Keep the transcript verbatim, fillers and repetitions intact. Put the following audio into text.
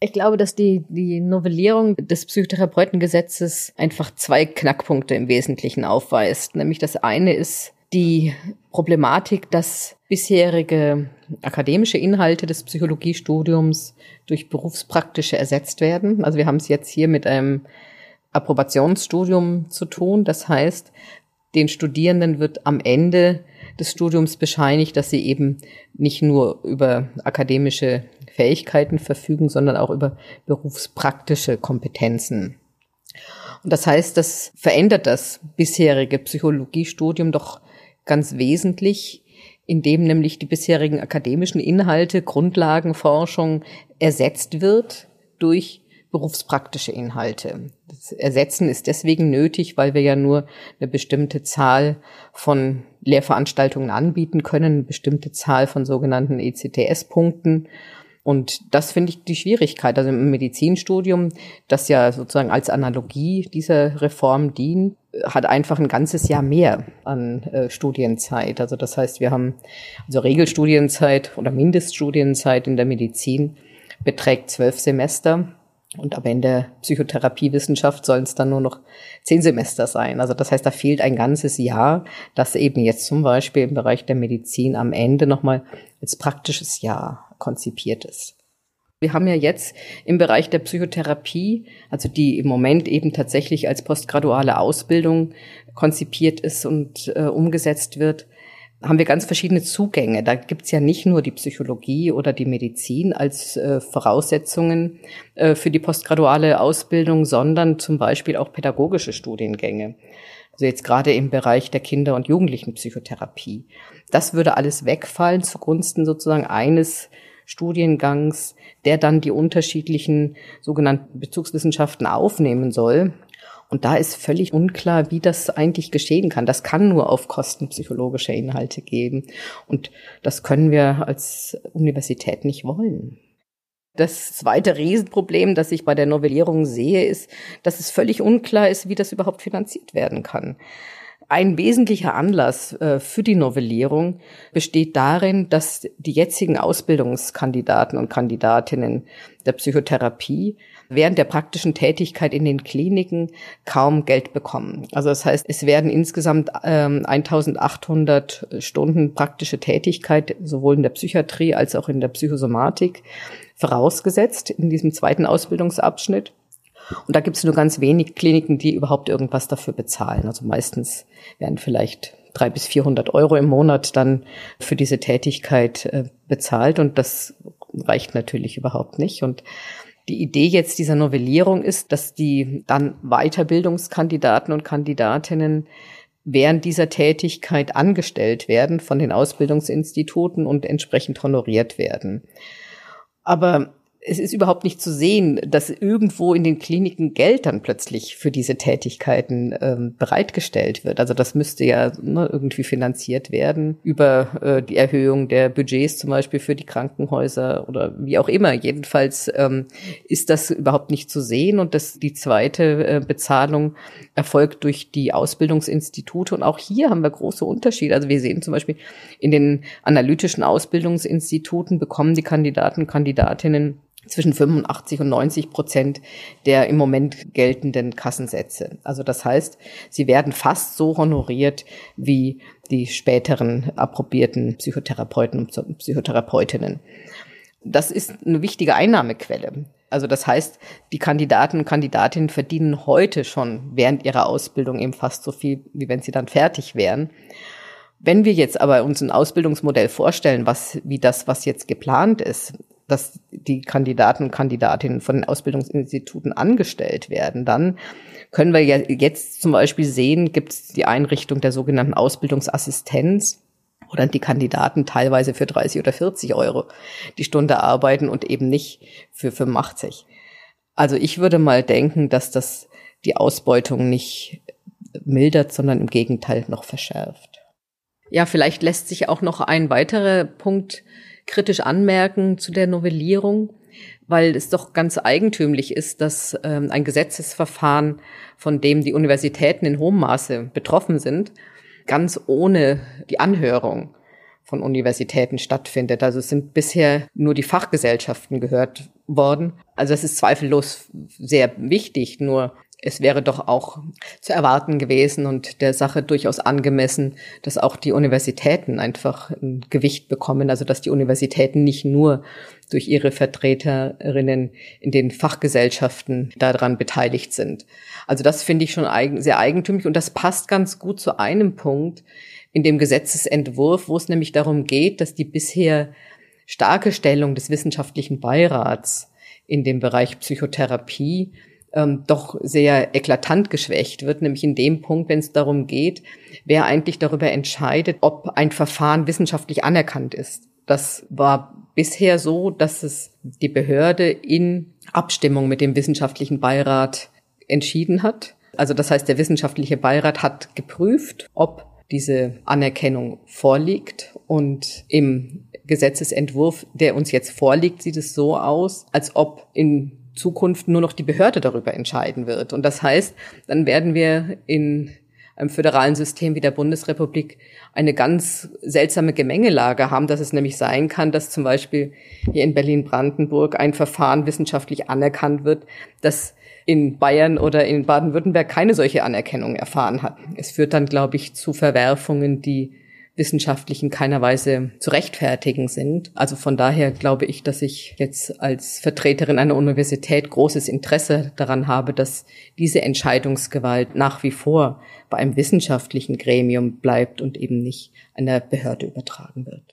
Ich glaube, dass die, die Novellierung des Psychotherapeutengesetzes einfach zwei Knackpunkte im Wesentlichen aufweist. Nämlich das eine ist die Problematik, dass bisherige akademische Inhalte des Psychologiestudiums durch berufspraktische ersetzt werden. Also wir haben es jetzt hier mit einem Approbationsstudium zu tun. Das heißt, den Studierenden wird am Ende des Studiums bescheinigt, dass sie eben nicht nur über akademische Fähigkeiten verfügen, sondern auch über berufspraktische Kompetenzen. Und das heißt, das verändert das bisherige Psychologiestudium doch ganz wesentlich, indem nämlich die bisherigen akademischen Inhalte, Grundlagenforschung ersetzt wird durch berufspraktische Inhalte. Das Ersetzen ist deswegen nötig, weil wir ja nur eine bestimmte Zahl von Lehrveranstaltungen anbieten können, eine bestimmte Zahl von sogenannten E C T S-Punkten. Und das finde ich die Schwierigkeit. Also im Medizinstudium, das ja sozusagen als Analogie dieser Reform dient, hat einfach ein ganzes Jahr mehr an äh, Studienzeit. Also das heißt, wir haben also Regelstudienzeit oder Mindeststudienzeit in der Medizin beträgt zwölf Semester. Und am Ende der Psychotherapiewissenschaft sollen es dann nur noch zehn Semester sein. Also das heißt, da fehlt ein ganzes Jahr, das eben jetzt zum Beispiel im Bereich der Medizin am Ende nochmal als praktisches Jahr konzipiert ist. Wir haben ja jetzt im Bereich der Psychotherapie, also die im Moment eben tatsächlich als postgraduale Ausbildung konzipiert ist und äh, umgesetzt wird, haben wir ganz verschiedene Zugänge. Da gibt's ja nicht nur die Psychologie oder die Medizin als äh, Voraussetzungen äh, für die postgraduale Ausbildung, sondern zum Beispiel auch pädagogische Studiengänge. Also jetzt gerade im Bereich der Kinder- und Jugendlichenpsychotherapie. Das würde alles wegfallen zugunsten sozusagen eines Studiengangs, der dann die unterschiedlichen sogenannten Bezugswissenschaften aufnehmen soll. Und da ist völlig unklar, wie das eigentlich geschehen kann. Das kann nur auf Kosten psychologischer Inhalte gehen. Und das können wir als Universität nicht wollen. Das zweite Riesenproblem, das ich bei der Novellierung sehe, ist, dass es völlig unklar ist, wie das überhaupt finanziert werden kann. Ein wesentlicher Anlass äh, für die Novellierung besteht darin, dass die jetzigen Ausbildungskandidaten und Kandidatinnen der Psychotherapie während der praktischen Tätigkeit in den Kliniken kaum Geld bekommen. Also das heißt, es werden insgesamt ähm, eintausendachthundert Stunden praktische Tätigkeit sowohl in der Psychiatrie als auch in der Psychosomatik vorausgesetzt in diesem zweiten Ausbildungsabschnitt. Und da gibt es nur ganz wenig Kliniken, die überhaupt irgendwas dafür bezahlen. Also meistens werden vielleicht dreihundert bis vierhundert Euro im Monat dann für diese Tätigkeit äh, bezahlt. Und das reicht natürlich überhaupt nicht. Und die Idee jetzt dieser Novellierung ist, dass die dann Weiterbildungskandidaten und Kandidatinnen während dieser Tätigkeit angestellt werden von den Ausbildungsinstituten und entsprechend honoriert werden. Aber es ist überhaupt nicht zu sehen, dass irgendwo in den Kliniken Geld dann plötzlich für diese Tätigkeiten ähm, bereitgestellt wird. Also das müsste ja ne, irgendwie finanziert werden über äh, die Erhöhung der Budgets zum Beispiel für die Krankenhäuser oder wie auch immer. Jedenfalls ähm, ist das überhaupt nicht zu sehen und das, die zweite äh, Bezahlung erfolgt durch die Ausbildungsinstitute. Und auch hier haben wir große Unterschiede. Also wir sehen zum Beispiel in den analytischen Ausbildungsinstituten bekommen die Kandidaten und Kandidatinnen zwischen fünfundachtzig und neunzig Prozent der im Moment geltenden Kassensätze. Also das heißt, sie werden fast so honoriert wie die späteren approbierten Psychotherapeuten und Psychotherapeutinnen. Das ist eine wichtige Einnahmequelle. Also das heißt, die Kandidaten und Kandidatinnen verdienen heute schon während ihrer Ausbildung eben fast so viel, wie wenn sie dann fertig wären. Wenn wir jetzt aber uns ein Ausbildungsmodell vorstellen, was wie das, was jetzt geplant ist, dass die Kandidaten und Kandidatinnen von den Ausbildungsinstituten angestellt werden, dann können wir ja jetzt zum Beispiel sehen, gibt es die Einrichtung der sogenannten Ausbildungsassistenz, wo dann die Kandidaten teilweise für dreißig oder vierzig Euro die Stunde arbeiten und eben nicht für fünfundachtzig. Also ich würde mal denken, dass das die Ausbeutung nicht mildert, sondern im Gegenteil noch verschärft. Ja, vielleicht lässt sich auch noch ein weiterer Punkt kritisch anmerken zu der Novellierung, weil es doch ganz eigentümlich ist, dass ähm, ein Gesetzesverfahren, von dem die Universitäten in hohem Maße betroffen sind, ganz ohne die Anhörung von Universitäten stattfindet. Also es sind bisher nur die Fachgesellschaften gehört worden. Also das ist zweifellos sehr wichtig, nur es wäre doch auch zu erwarten gewesen und der Sache durchaus angemessen, dass auch die Universitäten einfach ein Gewicht bekommen, also dass die Universitäten nicht nur durch ihre Vertreterinnen in den Fachgesellschaften daran beteiligt sind. Also das finde ich schon eigen, sehr eigentümlich und das passt ganz gut zu einem Punkt in dem Gesetzesentwurf, wo es nämlich darum geht, dass die bisher starke Stellung des wissenschaftlichen Beirats in dem Bereich Psychotherapie ähm, doch sehr eklatant geschwächt wird, nämlich in dem Punkt, wenn es darum geht, wer eigentlich darüber entscheidet, ob ein Verfahren wissenschaftlich anerkannt ist. Das war bisher so, dass es die Behörde in Abstimmung mit dem wissenschaftlichen Beirat entschieden hat. Also das heißt, der wissenschaftliche Beirat hat geprüft, ob diese Anerkennung vorliegt und im Gesetzesentwurf, der uns jetzt vorliegt, sieht es so aus, als ob in Zukunft nur noch die Behörde darüber entscheiden wird. Und das heißt, dann werden wir in einem föderalen System wie der Bundesrepublik eine ganz seltsame Gemengelage haben, dass es nämlich sein kann, dass zum Beispiel hier in Berlin-Brandenburg ein Verfahren wissenschaftlich anerkannt wird, das in Bayern oder in Baden-Württemberg keine solche Anerkennung erfahren hat. Es führt dann, glaube ich, zu Verwerfungen, die wissenschaftlich in keiner Weise zu rechtfertigen sind. Also von daher glaube ich, dass ich jetzt als Vertreterin einer Universität großes Interesse daran habe, dass diese Entscheidungsgewalt nach wie vor bei einem wissenschaftlichen Gremium bleibt und eben nicht einer Behörde übertragen wird.